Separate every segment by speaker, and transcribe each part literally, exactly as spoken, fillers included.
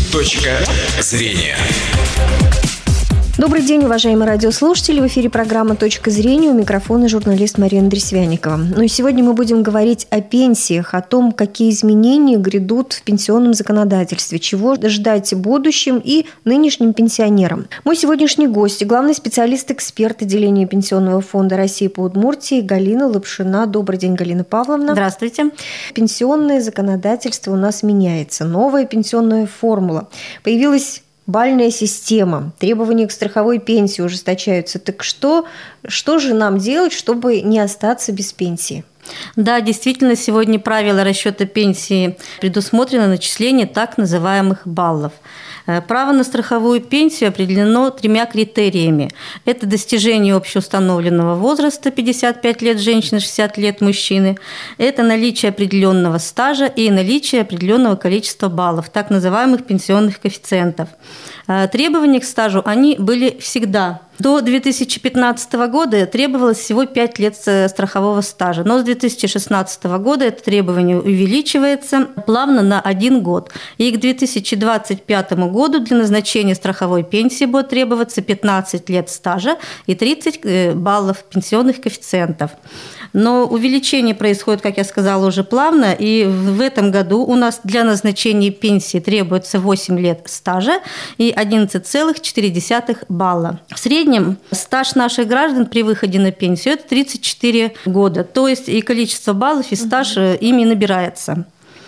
Speaker 1: Точка зрения.
Speaker 2: Добрый день, уважаемые радиослушатели. В эфире программа «Точка зрения». У микрофона журналист Мария Дресвяникова. Ну и сегодня мы будем говорить о пенсиях, о том, какие изменения грядут в пенсионном законодательстве, чего ждать будущим и нынешним пенсионерам. Мой сегодняшний гость – главный специалист-эксперт отделения Пенсионного фонда России по Удмуртии Галина Лапшина. Добрый день, Галина Павловна.
Speaker 3: Здравствуйте.
Speaker 2: Пенсионное законодательство у нас меняется. Новая пенсионная формула. Появилась балльная система, требования к страховой пенсии ужесточаются. Так что, что же нам делать, чтобы не остаться без пенсии?
Speaker 3: Да, действительно, сегодня правила расчета пенсии предусмотрено начисление так называемых баллов. Право на страховую пенсию определено тремя критериями. Это достижение общеустановленного возраста пятьдесят пять лет женщины, шестьдесят лет мужчины. Это наличие определенного стажа и наличие определенного количества баллов, так называемых пенсионных коэффициентов. Требования к стажу, они были всегда. До две тысячи пятнадцатого года требовалось всего пять лет страхового стажа, но с две тысячи шестнадцатого года это требование увеличивается плавно на один год. И к две тысячи двадцать пятому году для назначения страховой пенсии будет требоваться пятнадцать лет стажа и тридцать баллов пенсионных коэффициентов. Но увеличение происходит, как я сказала, уже плавно, и в этом году у нас для назначения пенсии требуется восемь лет стажа и одиннадцать целых четыре десятых балла. В среднем стаж наших граждан при выходе на пенсию – это тридцать четыре года, то есть и количество баллов, и стаж угу. ими набирается.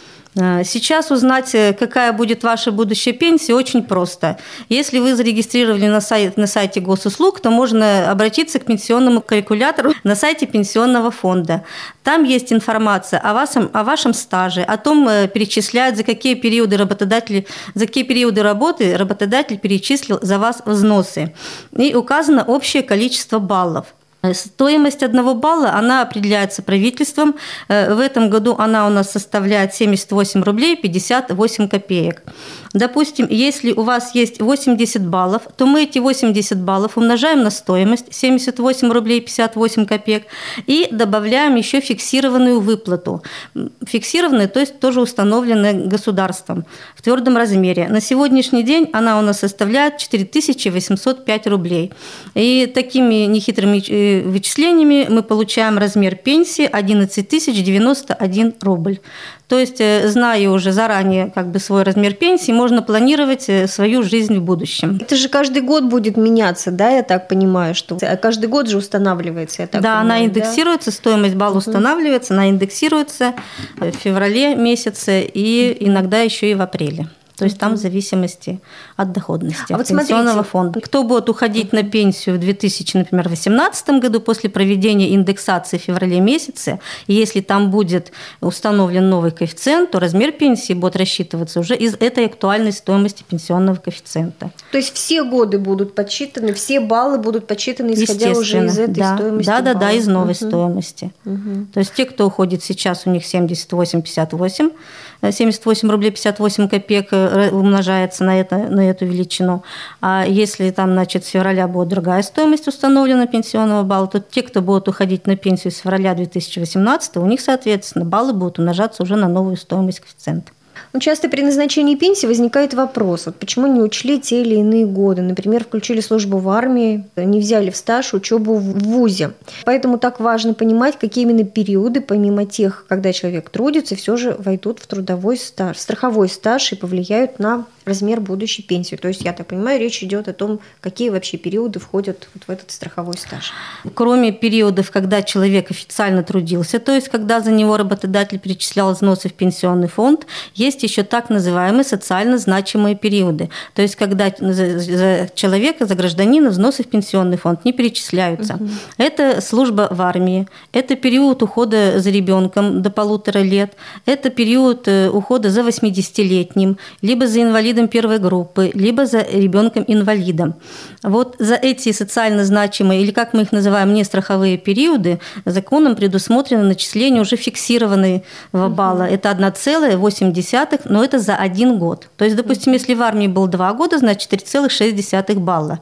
Speaker 3: Сейчас узнать, какая будет ваша будущая пенсия, очень просто. Если вы зарегистрировали на сайте, на сайте госуслуг, то можно обратиться к пенсионному калькулятору на сайте пенсионного фонда. Там есть информация о вашем, о вашем стаже, о том, перечисляют, за какие периоды работодатель, за какие периоды работы работодатель перечислил за вас взносы. И указано общее количество баллов. Стоимость одного балла, она определяется правительством. В этом году она у нас составляет семьдесят восемь рублей пятьдесят восемь копеек. Допустим, если у вас есть восемьдесят баллов, то мы эти восемьдесят баллов умножаем на стоимость семьдесят восемь рублей пятьдесят восемь копеек и добавляем еще фиксированную выплату. Фиксированную, то есть тоже установленная государством в твердом размере. На сегодняшний день она у нас составляет четыре тысячи восемьсот пять рублей. И такими нехитрыми вычислениями мы получаем размер пенсии одиннадцать тысяч девяносто один рубль. То есть, зная уже заранее как бы свой размер пенсии, можно планировать свою жизнь в будущем.
Speaker 2: Это же каждый год будет меняться, да, я так понимаю, что каждый год же устанавливается, я так
Speaker 3: да,
Speaker 2: понимаю.
Speaker 3: Она индексируется, да? Стоимость балла uh-huh. устанавливается, она индексируется в феврале месяце и иногда еще и в апреле. То есть там в зависимости от доходности
Speaker 2: а
Speaker 3: от
Speaker 2: вот
Speaker 3: пенсионного
Speaker 2: смотрите.
Speaker 3: фонда. Кто будет уходить на пенсию в две тысячи восемнадцатом году после проведения индексации в феврале месяце, и если там будет установлен новый коэффициент, то размер пенсии будет рассчитываться уже из этой актуальной стоимости пенсионного коэффициента.
Speaker 2: То есть все годы будут подсчитаны, все баллы будут подсчитаны, исходя уже из этой
Speaker 3: да.
Speaker 2: стоимости
Speaker 3: Да, да,
Speaker 2: баллов.
Speaker 3: да, из новой угу. стоимости.
Speaker 2: Угу.
Speaker 3: То есть те, кто уходит сейчас, у них семьдесят восемь пятьдесят восемь, семьдесят восемь рублей пятьдесят восемь копеек умножается на, это, на эту величину. А если там, значит, с февраля будет другая стоимость установлена пенсионного балла, то те, кто будут уходить на пенсию с февраля две тысячи восемнадцатого, у них, соответственно, баллы будут умножаться уже на новую стоимость коэффициента.
Speaker 2: Ну, часто при назначении пенсии возникает вопрос, вот почему не учли те или иные годы. Например, включили службу в армии, не взяли в стаж учебу в вузе. Поэтому так важно понимать, какие именно периоды, помимо тех, когда человек трудится, все же войдут в трудовой стаж, в страховой стаж и повлияют на размер будущей пенсии. То есть, я так понимаю, речь идет о том, какие вообще периоды входят вот в этот страховой стаж.
Speaker 3: Кроме периодов, когда человек официально трудился, то есть когда за него работодатель перечислял взносы в пенсионный фонд, есть еще так называемые социально значимые периоды. То есть когда за человека, за гражданина взносы в пенсионный фонд не перечисляются. Угу. Это служба в армии, это период ухода за ребенком до полутора лет, это период ухода за восьмидесятилетним, либо за инвалидом первой группы, либо за ребенком-инвалидом. Вот за эти социально значимые, или как мы их называем, нестраховые периоды, законом предусмотрено начисление уже фиксированного балла. Угу. Это одна целая восемь десятых, но это за один год. То есть, допустим, если в армии было два года, значит три целых шесть десятых балла.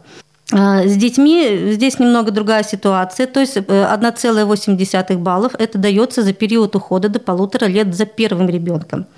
Speaker 3: С детьми здесь немного другая ситуация, то есть одна целая восемь десятых баллов это дается за период ухода до полутора лет за первым ребенком.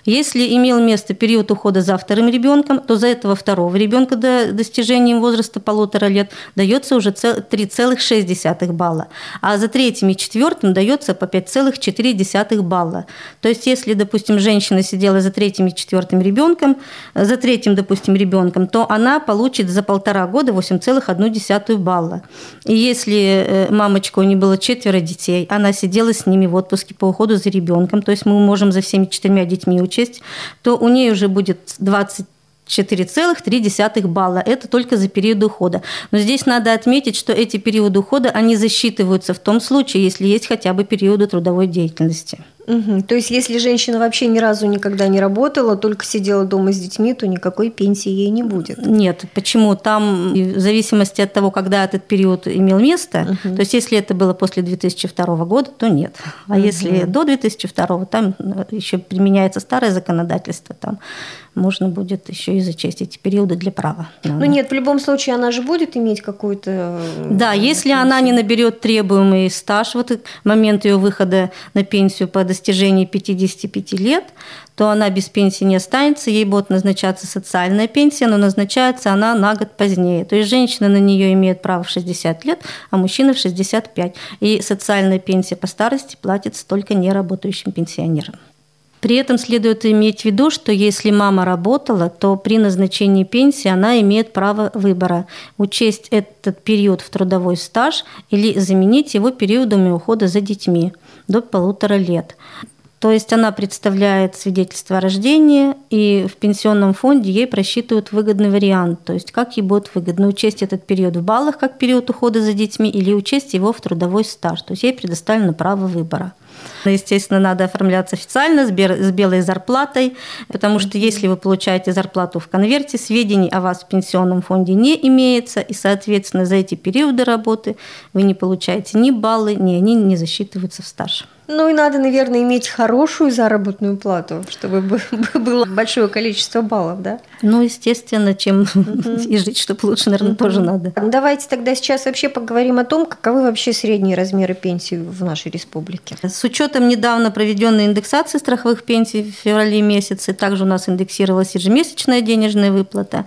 Speaker 3: Если имел место период ухода за вторым ребенком, то за этого второго ребенка до достижения возраста полутора лет дается уже три целых шесть десятых балла, а за третьим и четвертым дается по пять целых четыре десятых балла. То есть, если, допустим, женщина сидела за третьим и четвертым ребенком, за третьим, допустим, ребенком, то она получит за полтора года восемь целых одну десятую балла. И если мамочка, у нее было четверо детей, она сидела с ними в отпуске по уходу за ребенком, то есть мы можем за всеми четырьмя детьми учесть, то у нее уже будет двадцать четыре целых три десятых балла. Это только за период ухода. Но здесь надо отметить, что эти периоды ухода, они засчитываются в том случае, если есть хотя бы периоды трудовой деятельности.
Speaker 2: Угу. То есть, если женщина вообще ни разу никогда не работала, только сидела дома с детьми, то никакой пенсии ей не будет?
Speaker 3: Нет. Почему? Там в зависимости от того, когда этот период имел место, угу. то есть, если это было после две тысячи второго года, то нет. А угу. если до две тысячи второго, там еще применяется старое законодательство, там можно будет еще и зачесть эти периоды для права.
Speaker 2: Ну нет, в любом случае она же будет иметь какую-то...
Speaker 3: Да, если пенсию. Она не наберет требуемый стаж, вот момент ее выхода на пенсию по достижении пятидесяти пяти лет, то она без пенсии не останется, ей будет назначаться социальная пенсия, но назначается она на год позднее. То есть женщина на нее имеет право в шестьдесят лет, а мужчина в шестьдесят пять. И социальная пенсия по старости платится только неработающим пенсионерам. При этом следует иметь в виду, что если мама работала, то при назначении пенсии она имеет право выбора – учесть этот период в трудовой стаж или заменить его периодами ухода за детьми до полутора лет. То есть она представляет свидетельство о рождении, и в пенсионном фонде ей просчитывают выгодный вариант, то есть как ей будет выгодно учесть этот период в баллах как период ухода за детьми или учесть его в трудовой стаж, то есть ей предоставлено право выбора. Естественно, надо оформляться официально с белой зарплатой, потому что если вы получаете зарплату в конверте, сведений о вас в пенсионном фонде не имеется, и, соответственно, за эти периоды работы вы не получаете ни баллы, ни они не засчитываются в стаж.
Speaker 2: Ну и надо, наверное, иметь хорошую заработную плату, чтобы было большое количество баллов, да?
Speaker 3: Ну, естественно, чем uh-huh. и жить, чтобы лучше, наверное, uh-huh. тоже надо.
Speaker 2: Давайте тогда сейчас вообще поговорим о том, каковы вообще средние размеры пенсий в нашей республике.
Speaker 3: С учетом недавно проведенной индексации страховых пенсий в феврале месяце, также у нас индексировалась ежемесячная денежная выплата.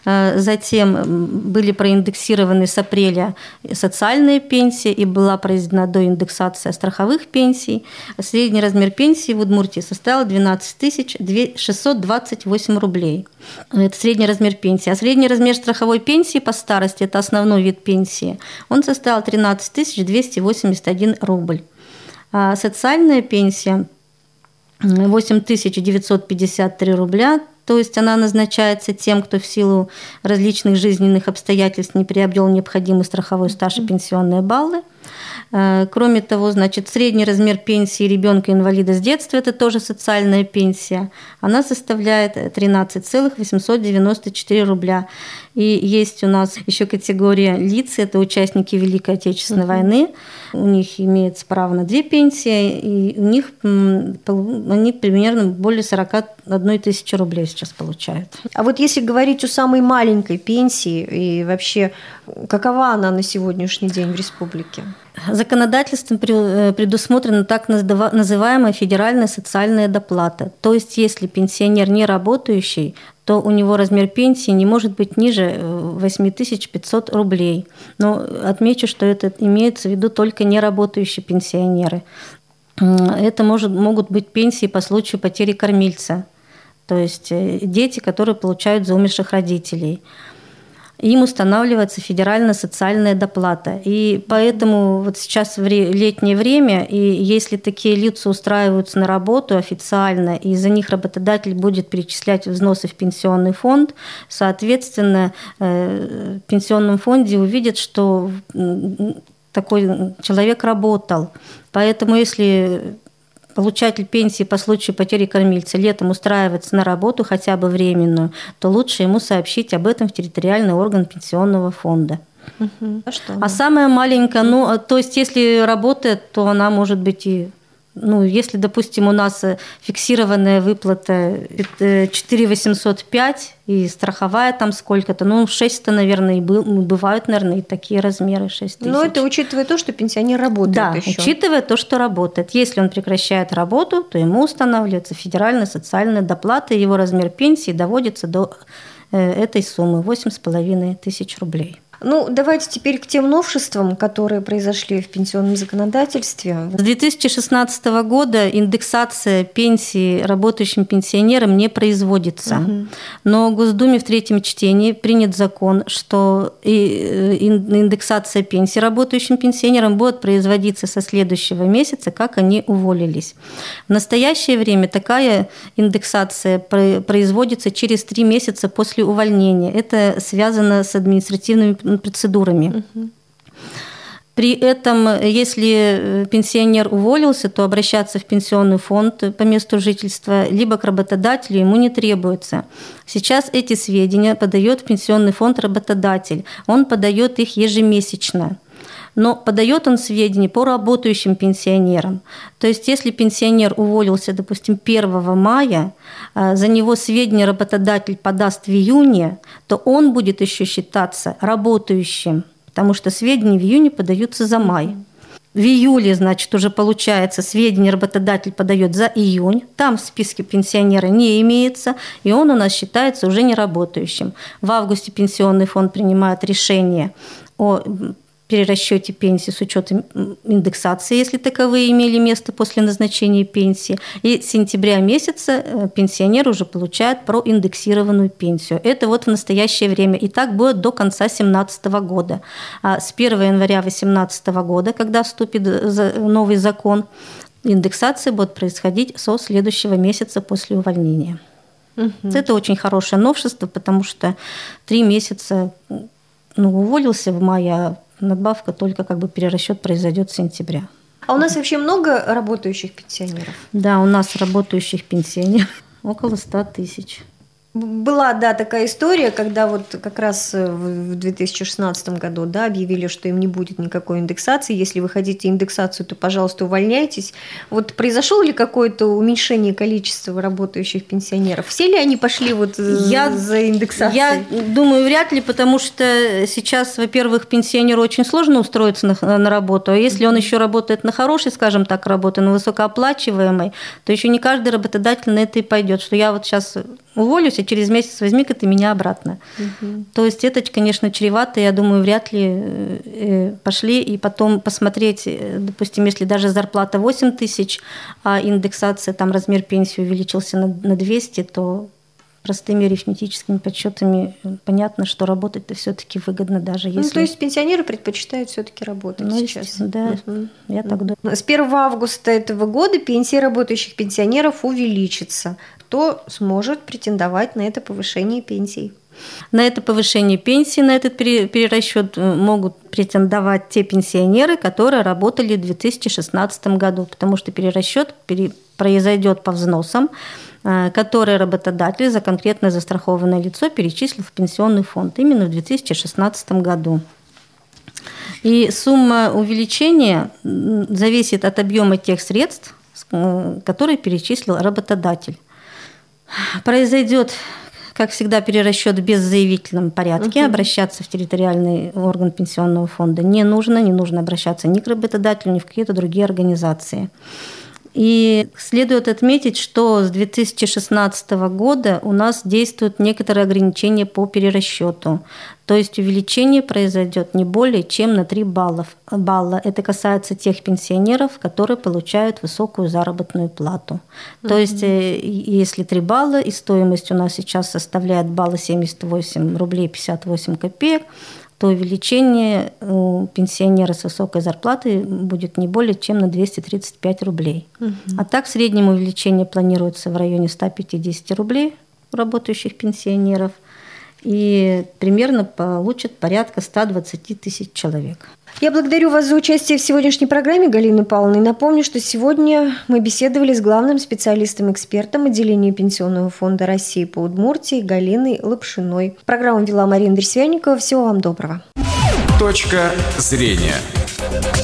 Speaker 3: Затем были проиндексированы с апреля социальные пенсии и была произведена доиндексация страховых пенсий. Средний размер пенсии в Удмуртии составил двенадцать тысяч шестьсот двадцать восемь рублей. Это средний размер пенсии. А средний размер страховой пенсии по старости, это основной вид пенсии, он составил тринадцать тысяч двести восемьдесят один рубль. А социальная пенсия восемь тысяч девятьсот пятьдесят три рубля. То есть она назначается тем, кто в силу различных жизненных обстоятельств не приобрел необходимый страховой стаж и пенсионные баллы. Кроме того, значит, средний размер пенсии ребенка-инвалида с детства – это тоже социальная пенсия. Она составляет тринадцать целых восемьсот девяносто четыре рубля. И есть у нас еще категория лиц – это участники Великой Отечественной uh-huh. войны. У них имеется право на две пенсии, и у них они примерно более сорок одна тысяча рублей сейчас получают.
Speaker 2: А вот если говорить о самой маленькой пенсии и вообще, какова она на сегодняшний день в республике?
Speaker 3: Законодательством предусмотрена так называемая федеральная социальная доплата. То есть, если пенсионер не работающий, то у него размер пенсии не может быть ниже восемь тысяч пятьсот рублей. Но отмечу, что это имеется в виду только неработающие пенсионеры. Это может, могут быть пенсии по случаю потери кормильца, то есть дети, которые получают за умерших родителей. Им устанавливается федеральная социальная доплата. И поэтому вот сейчас в летнее время, и если такие лица устраиваются на работу официально, и за них работодатель будет перечислять взносы в пенсионный фонд, соответственно, в пенсионном фонде увидят, что такой человек работал. Поэтому если получатель пенсии по случаю потери кормильца летом устраивается на работу, хотя бы временную, то лучше ему сообщить об этом в территориальный орган пенсионного фонда.
Speaker 2: Угу. А, что,
Speaker 3: а самая маленькая, ну, то есть если работает, то она может быть и Ну, если, допустим, у нас фиксированная выплата четыре тысячи восемьсот пять и страховая там сколько-то, ну, шесть-то, наверное, и бывают, наверное, и такие размеры, шесть тысяч.
Speaker 2: Но это учитывая то, что пенсионер работает
Speaker 3: да,
Speaker 2: еще.
Speaker 3: Да, учитывая то, что работает. Если он прекращает работу, то ему устанавливается федеральная социальная доплата, и его размер пенсии доводится до этой суммы – восемь с половиной тысяч рублей.
Speaker 2: Ну, давайте теперь к тем новшествам, которые произошли в пенсионном законодательстве.
Speaker 3: С две тысячи шестнадцатого года индексация пенсии работающим пенсионерам не производится. Угу. Но в Госдуме в третьем чтении принят закон, что индексация пенсии работающим пенсионерам будет производиться со следующего месяца, как они уволились. В настоящее время такая индексация производится через три месяца после увольнения. Это связано с административными процедурами. Угу. При этом, если пенсионер уволился, то обращаться в пенсионный фонд по месту жительства, либо к работодателю ему не требуется. Сейчас эти сведения подает в пенсионный фонд работодатель. Он подает их ежемесячно. Но подает он сведения по работающим пенсионерам. То есть, если пенсионер уволился, допустим, первого мая, за него сведения работодатель подаст в июне, то он будет еще считаться работающим, потому что сведения в июне подаются за май. В июле, значит, уже получается, сведения работодатель подает за июнь, там в списке пенсионера не имеется, и он у нас считается уже неработающим. В августе пенсионный фонд принимает решение о перерасчете пенсии с учетом индексации, если таковые имели место после назначения пенсии. И с сентября месяца пенсионер уже получает проиндексированную пенсию. Это вот в настоящее время. И так будет до конца две тысячи семнадцатого года. А с первого января две тысячи восемнадцатого года, когда вступит новый закон, индексация будет происходить со следующего месяца после увольнения. Угу. Это очень хорошее новшество, потому что три месяца ну, уволился в мае, а надбавка только как бы перерасчет произойдет с сентября.
Speaker 2: А у нас вообще много работающих пенсионеров?
Speaker 3: Да, у нас работающих пенсионеров около ста тысяч.
Speaker 2: Была, да, такая история, когда вот как раз в две тысячи шестнадцатом году, да, объявили, что им не будет никакой индексации. Если вы хотите индексацию, то, пожалуйста, увольняйтесь. Вот произошло ли какое-то уменьшение количества работающих пенсионеров? Все ли они пошли вот я, за индексацией?
Speaker 3: Я думаю, вряд ли, потому что сейчас, во-первых, пенсионеру очень сложно устроиться на, на работу, а если он еще работает на хорошей, скажем так, работе, на высокооплачиваемой, то еще не каждый работодатель на это и пойдет, что я вот сейчас уволюсь, а через месяц возьми-ка ты меня обратно. Угу. То есть это, конечно, чревато, я думаю, вряд ли пошли. И потом посмотреть, допустим, если даже зарплата восемь тысяч, а индексация, там размер пенсии увеличился на, на двести, то простыми арифметическими подсчетами понятно, что работать-то все-таки выгодно даже если...
Speaker 2: Ну, то есть пенсионеры предпочитают все-таки работать ну, сейчас.
Speaker 3: Да, угу. Я так думаю.
Speaker 2: С первого августа этого года пенсии работающих пенсионеров увеличится. Кто сможет претендовать на это повышение пенсий?
Speaker 3: На это повышение пенсии, на этот перерасчет могут претендовать те пенсионеры, которые работали в две тысячи шестнадцатом году, потому что перерасчет произойдет по взносам, которые работодатель за конкретное застрахованное лицо перечислил в пенсионный фонд именно в две тысячи шестнадцатом году. И сумма увеличения зависит от объема тех средств, которые перечислил работодатель. Произойдет, как всегда, перерасчет в беззаявительном порядке. Угу. Обращаться в территориальный орган пенсионного фонда не нужно. Не нужно обращаться ни к работодателю, ни в какие-то другие организации. И следует отметить, что с две тысячи шестнадцатого года у нас действуют некоторые ограничения по перерасчету. То есть увеличение произойдет не более чем на три балла. Это касается тех пенсионеров, которые получают высокую заработную плату. Mm-hmm. То есть если три балла, и стоимость у нас сейчас составляет балла семьдесят восемь рублей пятьдесят восемь копеек, то увеличение у пенсионера с высокой зарплатой будет не более чем на двести тридцать пять рублей. Угу. А так в среднем увеличение планируется в районе ста пятидесяти рублей у работающих пенсионеров. И примерно получат порядка ста двадцати тысяч человек.
Speaker 2: Я благодарю вас за участие в сегодняшней программе, Галина Павловна. И напомню, что сегодня мы беседовали с главным специалистом-экспертом отделения Пенсионного фонда России по Удмуртии Галиной Лапшиной. Программу вела Марина Дресвянникова. Всего вам доброго.
Speaker 1: Точка зрения.